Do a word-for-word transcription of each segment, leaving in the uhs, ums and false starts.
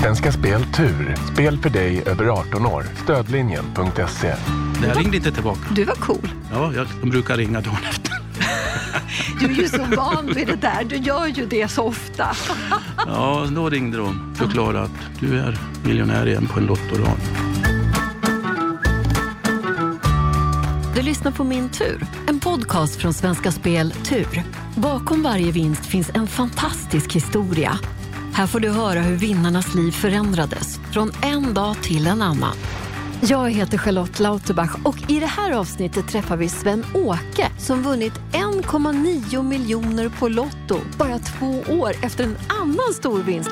Svenska Spel Tur. Spel för dig över arton år. Stödlinjen punkt se. Jag ringde inte tillbaka. Du var cool. Ja, jag, de brukar ringa dagen efter. Du är ju så van vid det där. Du gör ju det så ofta. Ja, då ringde de. Förklarade att du är miljonär igen på en lottorad. Du lyssnar på Min tur, en podcast från Svenska Spel Tur. Bakom varje vinst finns en fantastisk historia. Här får du höra hur vinnarnas liv förändrades från en dag till en annan. Jag heter Charlotte Lauterbach och i det här avsnittet träffar vi Sven-Åke som vunnit en komma nio miljoner på Lotto bara två år efter en annan stor vinst.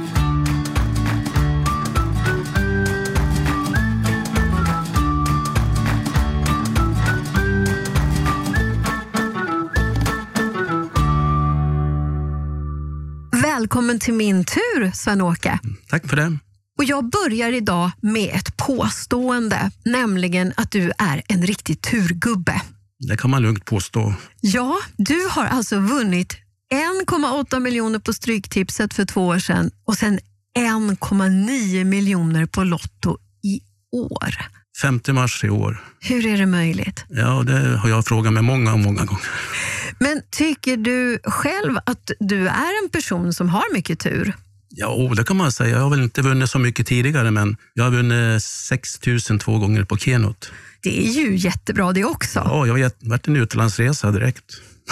Välkommen till Min tur, Sven-Åke. Tack för det. Och jag börjar idag med ett påstående, nämligen att du är en riktig turgubbe. Det kan man lugnt påstå. Ja, du har alltså vunnit en komma åtta miljoner på Stryktipset för två år sedan och sen en komma nio miljoner på Lotto i år. femte mars i år. Hur är det möjligt? Ja, det har jag frågat mig många, många gånger. Men tycker du själv att du är en person som har mycket tur? Ja, det kan man säga. Jag har väl inte vunnit så mycket tidigare, men jag har vunnit sex tusen två gånger på Kenot. Det är ju jättebra det också. Ja, jag har varit en utlandsresa direkt.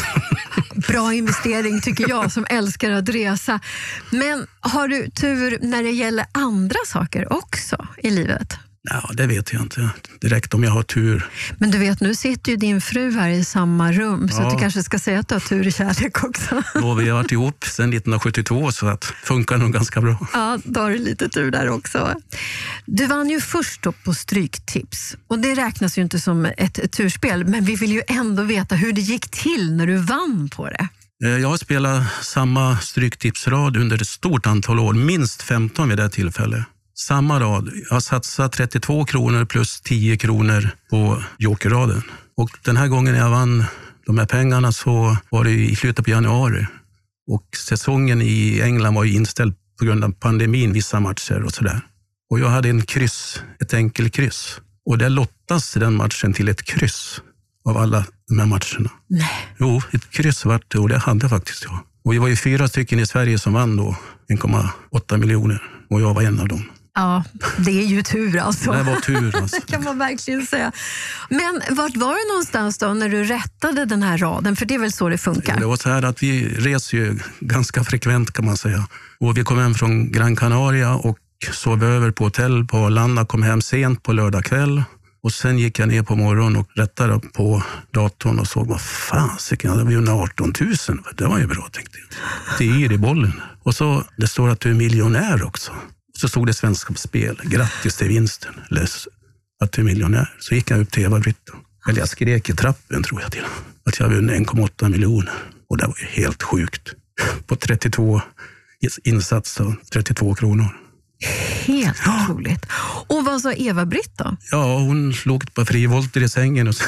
Bra investering tycker jag som älskar att resa. Men har du tur när det gäller andra saker också i livet? Ja, det vet jag inte direkt om jag har tur. Men du vet, nu sitter ju din fru här i samma rum, så ja. att du kanske ska säga att du har tur i kärlek också. Och vi har varit ihop sedan nittonhundrasjuttiotvå, så att funkar nog ganska bra. Ja, då har du lite tur där också. Du vann ju först då på Stryktips, och det räknas ju inte som ett, ett turspel, men vi vill ju ändå veta hur det gick till när du vann på det. Jag har spelat samma Stryktipsrad under ett stort antal år, minst femton vid det tillfället. Samma rad. Jag har satsat trettiotvå kronor plus tio kronor på jokerraden. Och den här gången jag vann de här pengarna så var det i slutet på januari. Och säsongen i England var ju inställd på grund av pandemin, vissa matcher och sådär. Och jag hade en kryss, ett enkel kryss. Och det lottas den matchen till ett kryss av alla de här matcherna. Nej. Jo, ett kryss vart det, och det hade faktiskt jag. Och vi var ju fyra stycken i Sverige som vann då en komma åtta miljoner. Och jag var en av dem. Ja, det är ju tur alltså. Det var tur alltså. Det kan man verkligen säga. Men vart var det någonstans då när du rättade den här raden? För det är väl så det funkar? Det var så här att vi reser ju ganska frekvent kan man säga. Och vi kom hem från Gran Canaria och sov över på hotell på Arlanda. Kom hem sent på lördag kväll. Och sen gick jag ner på morgonen och rättade på datorn och såg, vad fan, jag hade vunnit arton tusen. Det var ju bra, tänkte jag. Det är i bollen. Och så, det står att du är miljonär också. Så stod det Svenska Spel, grattis till vinsten, eller att du är miljonär. Så gick jag upp till Eva-Britt, eller jag skrek i trappen tror jag till, att jag vunnit en komma åtta miljoner. Och det var ju helt sjukt. På trettiotvå insats och trettiotvå kronor. Helt otroligt. Och vad sa Eva-Britt då? Ja, hon låg på frivolter i sängen och så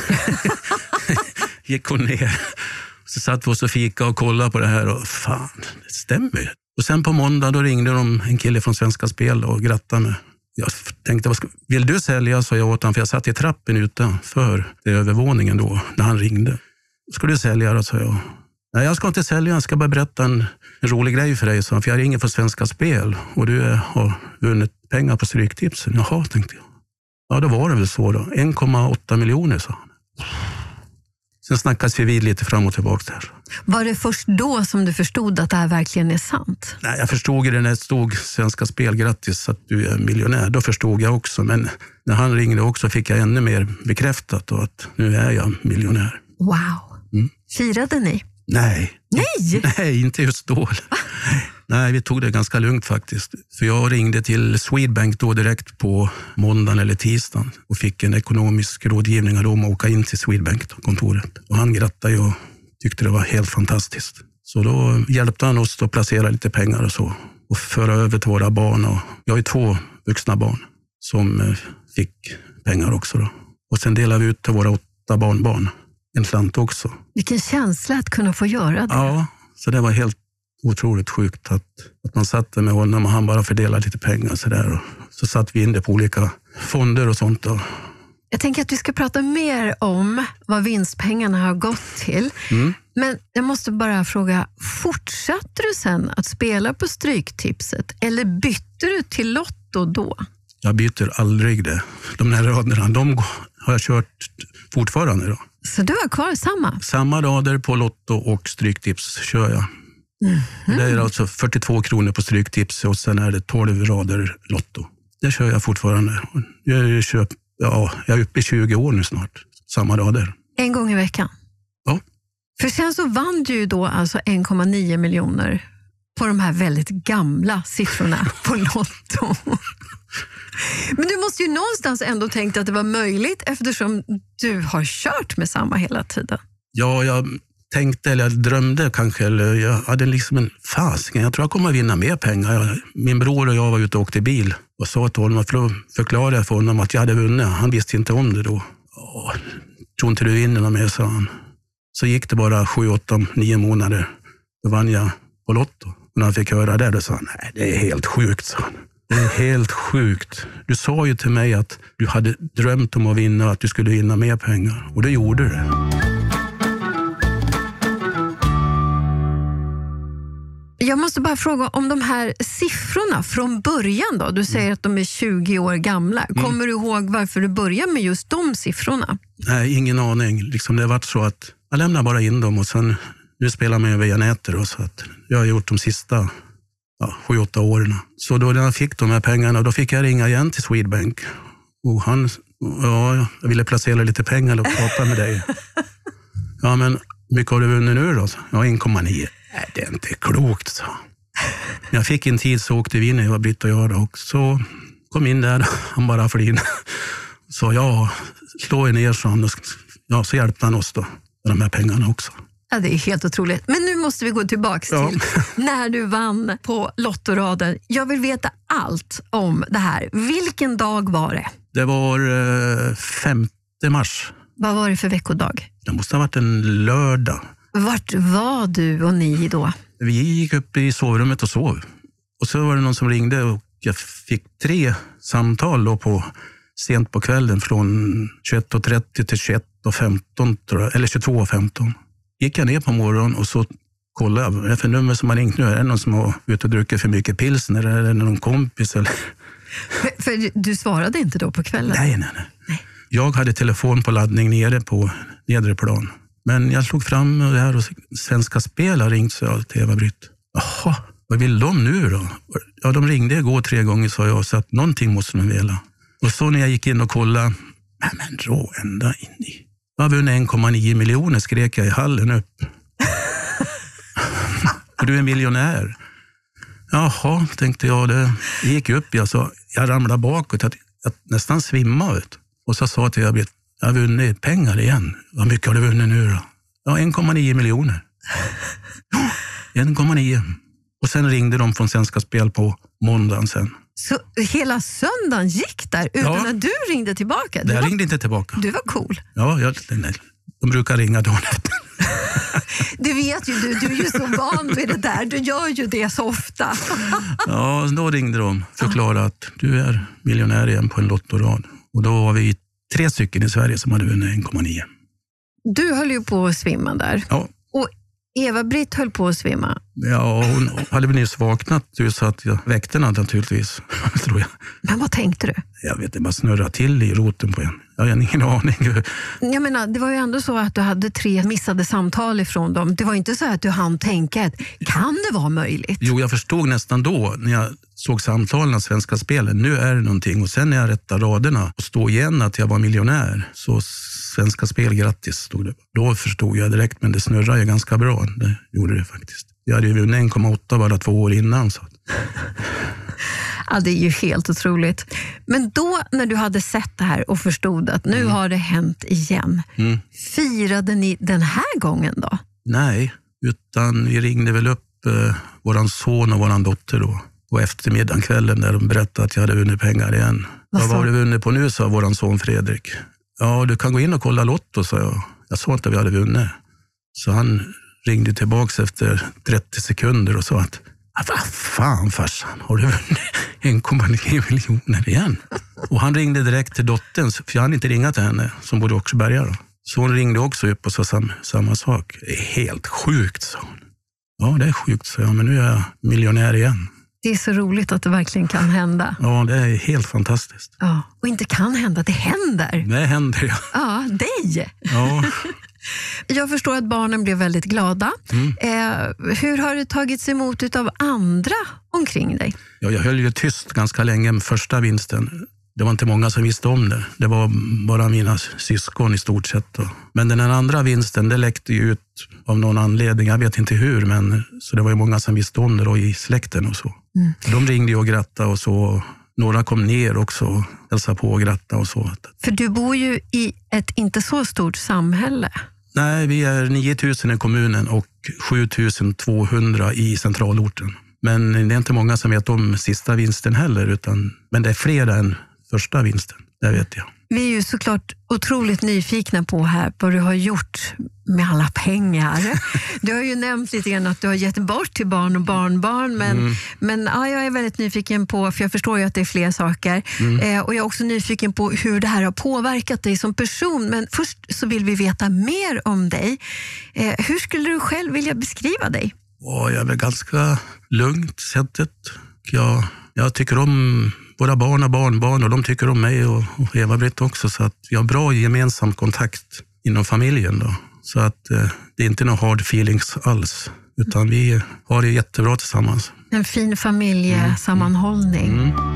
gick hon ner. Så satt vi oss och fika och kollade på det här och fan, det stämmer ju. Och sen på måndag då ringde de en kille från Svenska Spel och grattade mig. Jag tänkte, vad ska, vill du sälja? Så jag åt han, för jag satt i trappen utanför det övervåningen då när han ringde. Ska du sälja då, sa jag. Nej, jag ska inte sälja, jag ska bara berätta en, en rolig grej för dig, så, för jag ringer från Svenska Spel och du är, har vunnit pengar på Stryktipsen. Jaha, tänkte jag. Ja, då var det väl så då. en komma åtta miljoner, sa han. Sen snackas vi vid lite fram och tillbaka där. Var det först då som du förstod att det här verkligen är sant? Nej, jag förstod det när det stod Svenska Spel, grattis att du är miljonär. Då förstod jag också, men när han ringde också fick jag ännu mer bekräftat då att nu är jag miljonär. Wow. Mm. Firade ni? Nej. Nej! Nej, inte just då. Nej, vi tog det ganska lugnt faktiskt. För jag ringde till Swedbank då direkt på måndagen eller tisdagen och fick en ekonomisk rådgivning av dem att åka in till Swedbank-kontoret. Och han grattade och tyckte det var helt fantastiskt. Så då hjälpte han oss att placera lite pengar och så. Och föra över till våra barn. Och jag har ju två vuxna barn som fick pengar också då. Och sen delade vi ut till våra åtta barnbarn en slant också. Vilken känsla att kunna få göra det. Ja, så det var helt otroligt sjukt att, att man satt med honom och han bara fördelade lite pengar så där. Och så satt vi in det på olika fonder och sånt då. Jag tänker att vi ska prata mer om vad vinstpengarna har gått till. Mm. Men jag måste bara fråga, fortsatte du sen att spela på Stryktipset eller bytte du till Lotto då? Jag byter aldrig det. De här raderna, de har jag kört fortfarande då. Så du har kvar samma? Samma rader på Lotto och Stryktips kör jag. Mm-hmm. Det är alltså fyrtiotvå kronor på Stryktips och sen är det tolv rader Lotto. Det kör jag fortfarande. Jag, köp, ja, jag är uppe i tjugo år nu snart. Samma rader. En gång i veckan? Ja. För sen så vann du ju då alltså en komma nio miljoner på de här väldigt gamla siffrorna på Lotto. Men du måste ju någonstans ändå tänkt att det var möjligt eftersom du har kört med samma hela tiden. Ja, jag tänkte, eller jag drömde kanske, eller jag hade liksom en fasken. Jag tror jag kommer att vinna mer pengar. Jag, min bror och jag var ute och åkte bil och sa till honom, för då förklarade jag för honom att jag hade vunnit. Han visste inte om det då. Åh, tror inte du vinner något mer, sa han. Så gick det bara sju, åtta, nio månader. Då vann jag på Lotto. Och när han fick höra det, då sa han, nej, det är helt sjukt, sa han. Det är helt sjukt. Du sa ju till mig att du hade drömt om att vinna och att du skulle vinna mer pengar. Och det gjorde du. Jag måste bara fråga om de här siffrorna från början då. Du säger att de är tjugo år gamla. Kommer mm. du ihåg varför du började med just de siffrorna? Nej, ingen aning. Liksom det har varit så att jag lämnar bara in dem och sen nu spelar man ju via nätet. Och så att jag har gjort de sista ja, sju, åtta åren. Så då när jag fick de här pengarna, då fick jag ringa igen till Swedbank. Och han, ja, jag ville placera lite pengar och prata med dig. Ja, men mycket har du vunnit nu då? Ja, en komma nio. Nej, det är inte klokt, så. När jag fick en tid så åkte vi in, jag var Britt och jag och så kom in där, han bara flin. Så ja, slå er ner, så han, ja, så hjälpte han oss då med de här pengarna också. Ja, det är helt otroligt. Men nu måste vi gå tillbaka till ja. när du vann på Lottoraden. Jag vill veta allt om det här. Vilken dag var det? Det var eh, femte mars. Vad var det för veckodag? Det måste ha varit en lördag. Vart var du och ni då? Vi gick upp i sovrummet och sov. Och så var det någon som ringde och jag fick tre samtal då på, sent på kvällen från tjugoett och trettio till tjugoett och femton, tror jag, eller tjugotvå och femton. Gick jag ner på morgonen och så kollade jag, vad är det för nummer som har ringt nu? Är det någon som har ute och druckit för mycket pilsner eller är det någon kompis? Eller? För, för du svarade inte då på kvällen? Nej, nej, nej, nej. Jag hade telefon på laddning nere på nedre plan. Men jag slog fram det här och Svenska Spel har ringt, så jag till Eva-Britt. Jaha, vad vill de nu då? Ja, de ringde igår tre gånger, sa jag, så att någonting måste de vilja. Och så när jag gick in och kollade, nej men rå ända in i. Jag har vunnit en komma nio miljoner, skrek jag i hallen upp. Och du är miljonär. Jaha, tänkte jag, det gick upp. Jag, så, jag ramlade bakåt, jag, jag nästan svimmade ut. Och så sa jag till Eva-Britt, jag har vunnit pengar igen. Vad mycket har du vunnit nu då? Ja, en komma nio miljoner. en komma nio. Och sen ringde de från Svenska Spel på måndagen sen. Så hela söndagen gick där utan ja. att du ringde tillbaka? Du jag var, ringde inte tillbaka. Du var cool. Ja, jag, nej, de brukar ringa dagen efter. Du vet ju, du, du är ju så van vid det där. Du gör ju det så ofta. Ja, då ringde de och förklarade att du är miljonär igen på en lottorad. Och då var vi tre stycken i Sverige som hade vunnit en komma nio. Du höll ju på att svimma där. Ja. Och Eva-Britt höll på att svimma. Ja, hon hade väl nyss vaknat så att jag väckte henne naturligtvis, tror jag. Men vad tänkte du? Jag vet, det bara snurra till i roten på en. Jag har ingen aning. Jag menar, det var ju ändå så att du hade tre missade samtal ifrån dem. Det var inte så att du hann tänka att kan det vara möjligt? Jo, jag förstod nästan då när jag såg samtalen av Svenska Spelen. Nu är det någonting. Och sen när jag rättade raderna och stod igen att jag var miljonär, så Svenska Spel, grattis, stod det. Då förstod jag direkt, men det snurrade ju ganska bra. Det gjorde det faktiskt. Jag hade ju vunnit en komma åtta bara två år innan. Så. Ja, det är ju helt otroligt. Men då när du hade sett det här och förstod att nu mm. har det hänt igen. Mm. Firade ni den här gången då? Nej, utan vi ringde väl upp eh, våran son och våran dotter då. På eftermiddagen, kvällen, där de berättade att jag hade vunnit pengar igen. Vad var du vunnit på nu, sa våran son Fredrik. Ja, du kan gå in och kolla Lotto, sa jag. Jag sa inte att vi hade vunnit. Så han ringde tillbaka efter trettio sekunder och sa att vad fan farsan, har du vunnit en komma nio miljoner igen? Och han ringde direkt till dottern, för jag hade inte ringat till henne som bodde i Åkersberga då. Så hon ringde också upp och sa sam, samma sak. Det är helt sjukt, sa hon. Ja, det är sjukt, sa jag, men nu är jag miljonär igen. Det är så roligt att det verkligen kan hända. Ja, det är helt fantastiskt. Ja, och inte kan hända, det händer. Det händer, ja. Ja, dig. Ja. Jag förstår att barnen blev väldigt glada. Mm. Eh, hur har det tagits emot av andra omkring dig? Ja, jag höll ju tyst ganska länge med första vinsten. Det var inte många som visste om det. Det var bara mina syskon i stort sett. Då. Men den andra vinsten, det läckte ju ut av någon anledning. Jag vet inte hur, men så det var ju många som visste om det då i släkten och så. Mm. De ringde ju och grattade och så. Några kom ner också och hälsade på och grattade och så. För du bor ju i ett inte så stort samhälle. Nej, vi är nio tusen i kommunen och sju tusen tvåhundra i centralorten. Men det är inte många som vet om sista vinsten heller, utan, men det är fler än första vinsten, det vet jag. Vi är ju såklart otroligt nyfikna på här vad du har gjort med alla pengar. Du har ju nämnt lite grann att du har gett bort till barn och barnbarn, men, mm. men ja, jag är väldigt nyfiken på, för jag förstår ju att det är fler saker, mm. eh, och jag är också nyfiken på hur det här har påverkat dig som person. Men först så vill vi veta mer om dig. Eh, hur skulle du själv vilja beskriva dig? Oh, jag är väl ganska lugnt sättet. Jag, jag tycker om våra barn och barnbarn och de tycker om mig och, och Eva-Britt också, så att vi har bra gemensam kontakt inom familjen då. Så att eh, det är inte några hard feelings alls, utan vi har det jättebra tillsammans. En fin familjesammanhållning. Mm. Mm.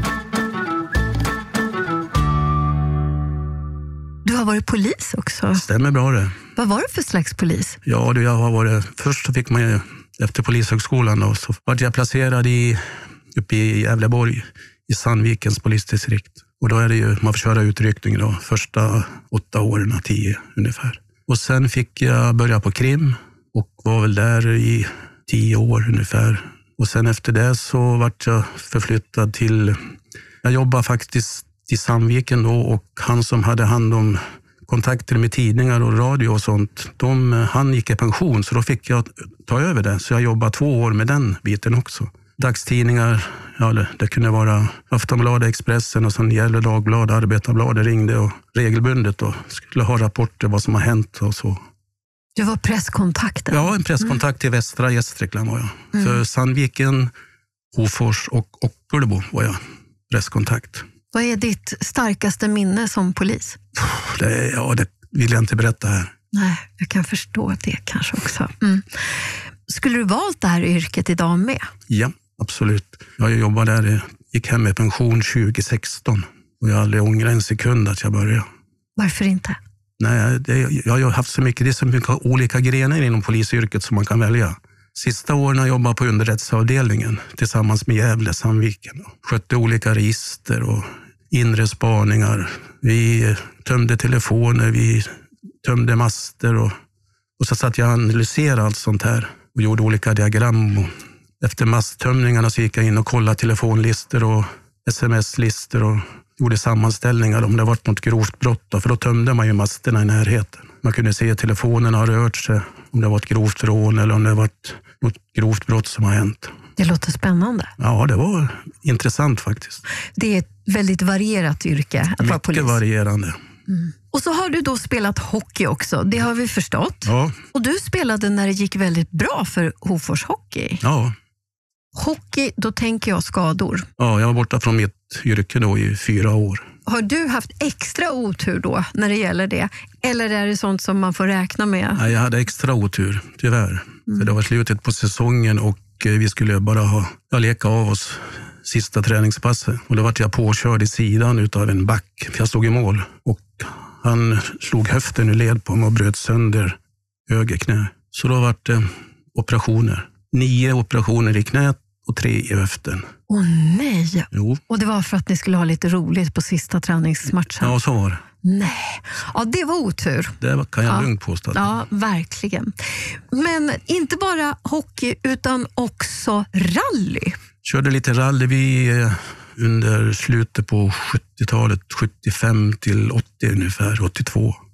Du har varit polis också. Stämmer bra det. Vad var det för slags polis? Ja, du, jag har varit, först så fick man ju, efter polishögskolan då, så var jag placerad i, uppe i Gävleborg i Sandvikens polisdistrikt. Och då är det ju, man får köra utryckning då, första åtta åren, tio ungefär. Och sen fick jag börja på krim och var väl där i tio år ungefär. Och sen efter det så vart jag förflyttad till, jag jobbade faktiskt i Sandviken då, och han som hade hand om kontakter med tidningar och radio och sånt, de, han gick i pension, så då fick jag ta över det. Så jag jobbade två år med den biten också. Dagstidningar, ja, det, det kunde vara Aftonbladet, Expressen och sen Gävle Dagblad, Arbetarbladet ringde och regelbundet och skulle ha rapporter vad som har hänt och så. Du var presskontakten? Ja, en presskontakt mm. i västra Gästrikland var jag. Mm. För Sandviken, Hofors och Ockelbo var jag presskontakt. Vad är ditt starkaste minne som polis? Det, ja, det vill jag inte berätta här. Nej, jag kan förstå det kanske också. Mm. Skulle du valt det här yrket idag med? Ja, absolut. Jag jobbade där, gick hem med pension tjugo sexton och jag har aldrig ångrat en sekund att jag började. Varför inte? Nej, det, jag har haft så mycket, det är så mycket olika grenar inom polisyrket som man kan välja. Sista åren har jag jobbat på underrättelseavdelningen tillsammans med Gävle, Sandviken. Skötte olika register och inre spaningar. Vi tömde telefoner, vi tömde master och, och så satt jag och analyserade allt sånt här och gjorde olika diagram. Och efter masttömningarna så gick jag in och kollade telefonlistor och sms-listor och gjorde sammanställningar om det varit något grovt brott. Då, för då tömde man ju masterna i närheten. Man kunde se att telefonen har rört sig, om det var ett grovt rån eller om det var något grovt brott som har hänt. Det låter spännande. Ja, det var intressant faktiskt. Det är ett väldigt varierat yrke att Mycket vara polis. Mycket varierande. Mm. Och så har du då spelat hockey också, det har vi förstått. Ja. Och du spelade när det gick väldigt bra för Hofors Hockey. Ja. Hockey, då tänker jag skador. Ja, jag var borta från mitt yrke då i fyra år. Har du haft extra otur då när det gäller det? Eller är det sånt som man får räkna med? Nej, jag hade extra otur, tyvärr. Mm. För det var slutet på säsongen och vi skulle bara ha jag leka av oss sista träningspasset. Och då var jag påkörd i sidan utav en back. För jag stod i mål och han slog höften ur led på mig och bröt sönder höger knä. Så då var det operationer. Nio operationer i knät och tre i höften. Åh oh, nej! Jo. Och det var för att ni skulle ha lite roligt på sista träningsmatchen? Ja, så var det. Nej, ja, det var otur. Det kan jag ja. lugnt påstå. Ja, verkligen. Men inte bara hockey utan också rally. Körde lite rally vi under slutet på sjuttiotalet, sjuttiofem till åttio ungefär, åttiotvå.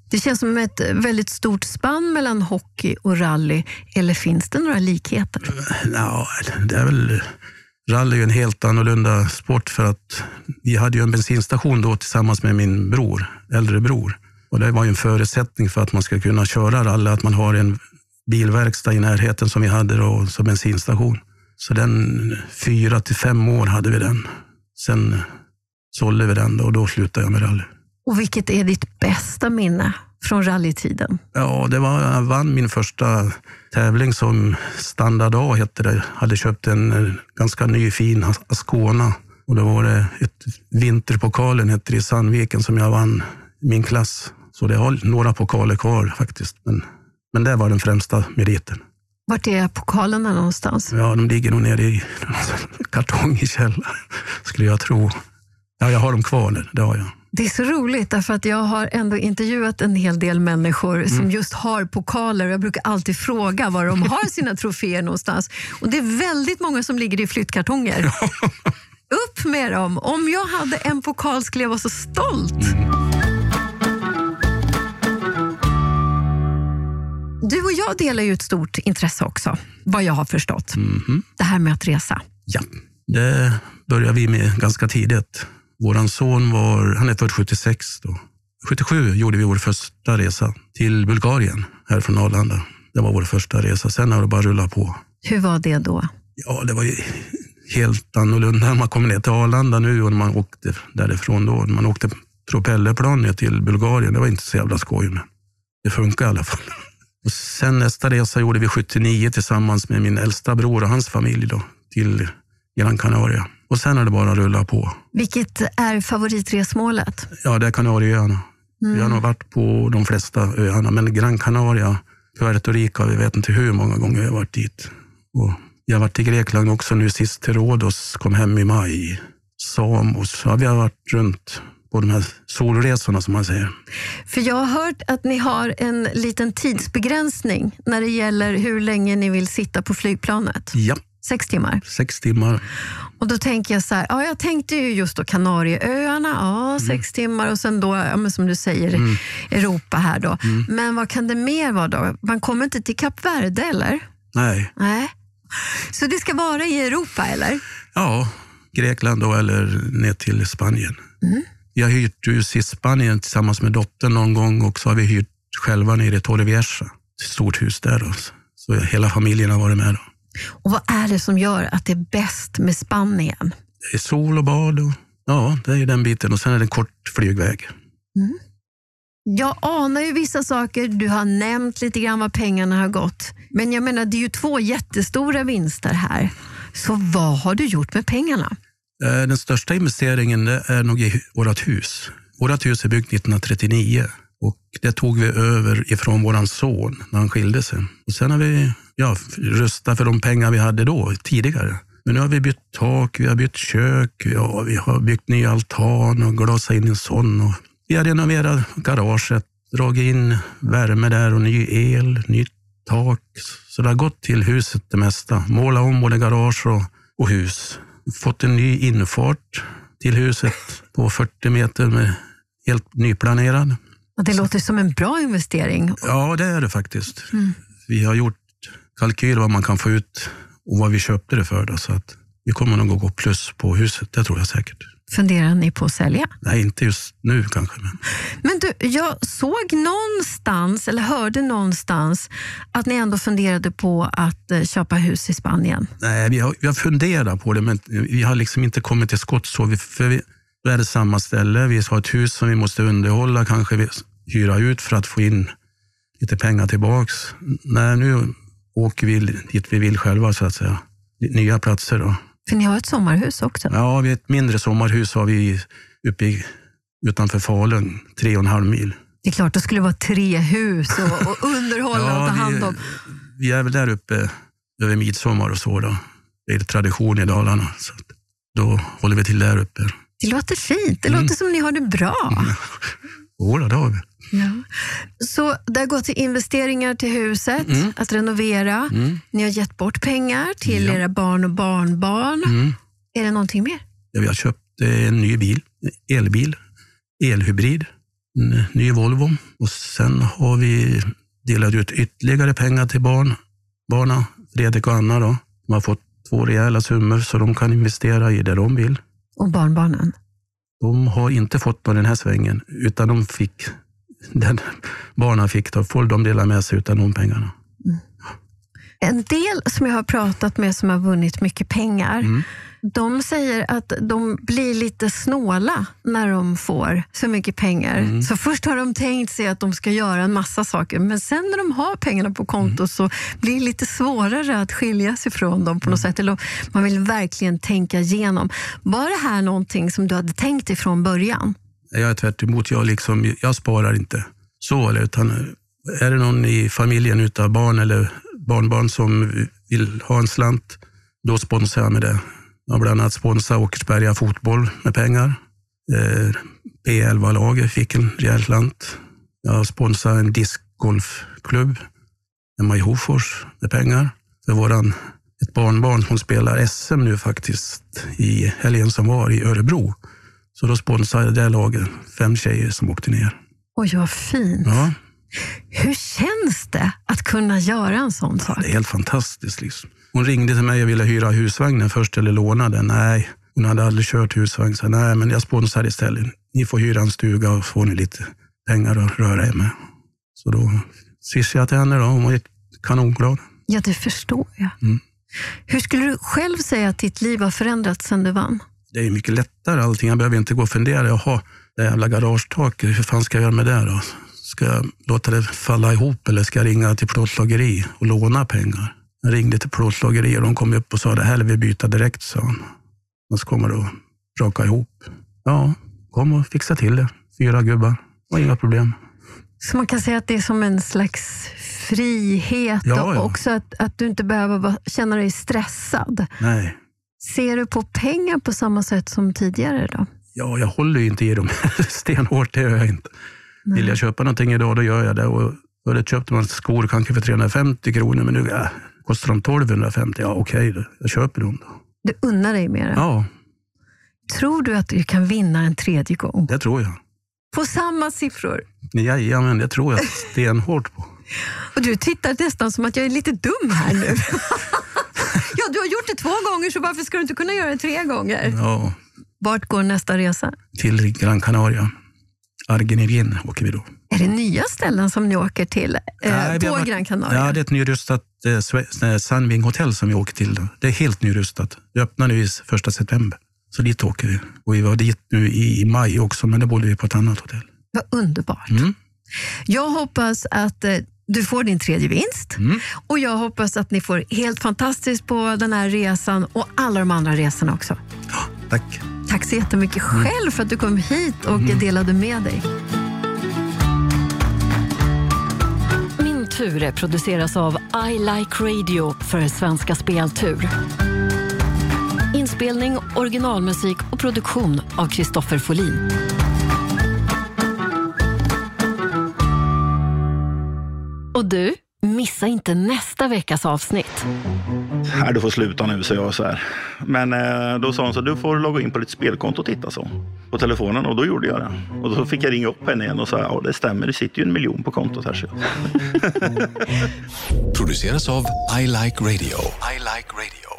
Det känns som ett väldigt stort spann mellan hockey och rally. Eller finns det några likheter? Ja, det är väl... Rally är ju en helt annorlunda sport för att vi hade ju en bensinstation då tillsammans med min bror, äldre bror. Och det var ju en förutsättning för att man ska kunna köra rally, att man har en bilverkstad i närheten som vi hade då, som bensinstation. Så den fyra till fem år hade vi den. Sen sålde vi den då, och då slutade jag med rally. Och vilket är ditt bästa minne från rallytiden? Ja, det var, jag vann min första tävling som Standard A hette det. Hade köpt en ganska ny fin Ascona. Och då var det ett vinterpokalen hette det i Sandviken som jag vann min klass. Så det har några pokaler kvar faktiskt. Men, men det var den främsta meriten. Vart är pokalerna någonstans? Ja, de ligger nog nere i kartong i källaren, skulle jag tro. Ja, jag har dem kvar nu, det har jag. Det är så roligt därför att jag har ändå intervjuat en hel del människor mm. som just har pokaler. Jag brukar alltid fråga var de har sina troféer någonstans. Och det är väldigt många som ligger i flyttkartonger. Upp med dem! Om jag hade en pokal skulle jag vara så stolt. Mm. Du och jag delar ju ett stort intresse också, vad jag har förstått. Mm. Det här med att resa. Ja, det började vi med ganska tidigt. Våran son var, han är född sjuttiosex då. sjuttiosju gjorde vi vår första resa till Bulgarien här från Arlanda. Det var vår första resa, sen har det bara rullat på. Hur var det då? Ja, det var ju helt annorlunda när man kom ner till Arlanda nu och när man åkte därifrån då. När man åkte propellerplan ner till Bulgarien, det var inte så jävla skoj, men det funkar i alla fall. Och sen nästa resa gjorde vi sjuttionio tillsammans med min äldsta bror och hans familj då, till Gran Canaria. Och sen har det bara rullat på. Vilket är favoritresmålet? Ja, det är Kanarieöarna. Mm. Vi har nog varit på de flesta öarna, men Gran Canaria, Puerto Rico, vi vet inte hur många gånger jag har varit dit. Och jag har varit i Grekland också nu sist till Rhodos, kom hem i maj. Samos, så har vi varit runt på de här solresorna som man säger. För jag har hört att ni har en liten tidsbegränsning när det gäller hur länge ni vill sitta på flygplanet. Ja. Sex timmar. Sex timmar. Och då tänker jag så här, ja jag tänkte ju just då Kanarieöarna, ja mm. sex timmar och sen då, ja, men som du säger, mm. Europa här då. Mm. Men vad kan det mer vara då? Man kommer inte till Kap Verde eller? Nej. Nej. Så det ska vara i Europa eller? Ja, Grekland då eller ner till Spanien. Mm. Vi har hyrt hus i Spanien tillsammans med dottern någon gång och så har vi hyrt själva nere i Torrevieja. Ett stort hus där då. Så hela familjen har varit med då. Och vad är det som gör att det är bäst med Spanien? Det är sol och bad och ja, det är den biten. Och sen är det en kort flygväg. Mm. Jag anar ju vissa saker. Du har nämnt lite grann vad pengarna har gått. Men jag menar, det är ju två jättestora vinster här. Så vad har du gjort med pengarna? Den största investeringen det är nog i vårt hus. Vårt hus är byggt nittonhundratrettionio. Och det tog vi över ifrån våran son när han skilde sig. Och sen har vi ja, röstat för de pengar vi hade då tidigare. Men nu har vi bytt tak, vi har bytt kök, ja, vi har byggt ny altan och glasat in en sån. Och vi har renoverat garaget, dragit in värme där och ny el, nytt tak. Så det har gått till huset det mesta. Måla om både garage och, och hus. Fått en ny infart till huset på fyrtio meter med helt nyplanerad. Och det låter som en bra investering. Ja, det är det faktiskt. Mm. Vi har gjort kalkyl vad man kan få ut och vad vi köpte det för. Då, så att vi kommer nog att gå plus på huset, det tror jag säkert. Funderar ni på att sälja? Nej, inte just nu kanske. Men, men du, jag såg någonstans, eller hörde någonstans, att ni ändå funderade på att eh, köpa hus i Spanien. Nej, vi har, vi har funderat på det, men vi har liksom inte kommit till skott så. Vi, för vi, då är det samma ställe. Vi har ett hus som vi måste underhålla, kanske vi hyra ut för att få in lite pengar tillbaks. Nej, nu åker vi dit vi vill själva så att säga. Nya platser då. För ni har ett sommarhus också? Ja, vi har ett mindre sommarhus har vi uppe i, utanför Falun, tre och en halv mil. Det är klart, det skulle vara tre hus och, och underhålla ja, och ta hand om. Vi, vi är väl där uppe över midsommar och så då. Det är tradition i Dalarna, så då håller vi till där uppe. Det låter fint, det mm. låter som ni har det bra. Ja, det har vi. Ja. Så det har gått till investeringar till huset, mm. att renovera. Mm. Ni har gett bort pengar till ja. era barn och barnbarn. Mm. Är det någonting mer? Ja, vi har köpt en ny bil, elbil, elhybrid. en ny Volvo. Och sen har vi delat ut ytterligare pengar till barn. Barna, Fredrik och Anna då. De har fått två rejäla summor så de kan investera i det de vill. Och barnbarnen? De har inte fått på den här svängen utan de fick, den barnen fick, då får de dela med sig utan de pengarna. Mm. En del som jag har pratat med som har vunnit mycket pengar, mm. de säger att de blir lite snåla när de får så mycket pengar. Mm. Så först har de tänkt sig att de ska göra en massa saker, men sen när de har pengarna på konto mm. så blir det lite svårare att skilja sig från dem på något mm. sätt. Eller man vill verkligen tänka igenom. Var det här någonting som du hade tänkt ifrån början? Jag är tvärt emot. Jag, liksom, jag sparar inte så, utan är det någon i familjen utav barn eller barnbarn som vill ha en slant, då sponsrar jag med det. Jag har bland annat sponsrat Åkersberga fotboll med pengar. Eh, P elva-laget fick en rejäl slant. Jag har sponsrat en discgolfklubb hemma i Hofors med pengar. För våran, ett barnbarn som spelar S M nu faktiskt i helgen som var i Örebro. Så då sponsrade jag det laget, fem tjejer som åkte ner. Oj, vad fint. Ja. Hur känns det att kunna göra en sån sak? Ja, det är helt fantastiskt liksom. Hon ringde till mig och ville hyra husvagnen först eller låna den. Nej, hon hade aldrig kört husvagn. Så nej, men jag sponsrar istället. Ni får hyra en stuga och får ni lite pengar att röra er med. Så då swishade jag till henne då. Hon var kanonglad. Ja, det förstår jag. Mm. Hur skulle du själv säga att ditt liv har förändrats sedan du vann? Det är mycket lättare allting. Jag behöver inte gå och fundera. Jaha, det jävla garagetaket. Hur fan ska jag göra med det då? Ska jag låta det falla ihop eller ska jag ringa till plåtslageri och låna pengar? Jag ringde till plåtslageri och de kom upp och sa det här vill vi byta direkt, sa han. Och så kommer det att raka ihop. Ja, kom och fixa till det. Fyra gubbar, och inga problem. Så man kan säga att det är som en slags frihet ja, och ja. också att, att du inte behöver känna dig stressad. Nej. Ser du på pengar på samma sätt som tidigare då? Ja, jag håller ju inte i dem stenhårt, det gör jag inte. Nej. Vill jag köpa någonting idag, då gör jag det. Och förut köpte man skor kanske för trehundrafemtio kronor, men nu äh, kostar de tolvhundrafemtio. Ja, okej, okay, jag köper dem då. Du unnar dig mer? Ja. Tror du att du kan vinna en tredje gång? Det tror jag. På samma siffror? Ja, men det tror jag stenhårt på. Och du tittar nästan som att jag är lite dum här nu. Ja, du har gjort det två gånger, så varför ska du inte kunna göra det tre gånger? Ja. Vart går nästa resa? Till Gran Canaria. Argenirien åker vi då. Är det nya ställen som ni åker till eh, Nej, på varit, Gran Canaria? Ja, det är ett nyrustat eh, Sunwing Hotel som vi åker till. Då. Det är helt nyrustat. Det öppnar nu i första september. Så dit åker vi. Och vi var dit nu i, i maj också, men då bodde vi på ett annat hotell. Vad underbart. Mm. Jag hoppas att eh, du får din tredje vinst. Mm. Och jag hoppas att ni får helt fantastiskt på den här resan och alla de andra resorna också. Ja, tack. Tack så jättemycket själv mm. för att du kom hit och mm. delade med dig. Min tur produceras av I Like Radio för Svenska Speltur. Inspelning, originalmusik och produktion av Kristoffer Folin. Och du, missa inte nästa veckas avsnitt. Nej, du får sluta nu, så jag så här. Men eh, då sa hon så, du får logga in på ditt spelkonto och titta så. På telefonen, och då gjorde jag det. Och då fick jag ringa upp henne igen och säga, ja det stämmer, det sitter ju en miljon på kontot här. Så. Produceras av I Like Radio. I Like Radio.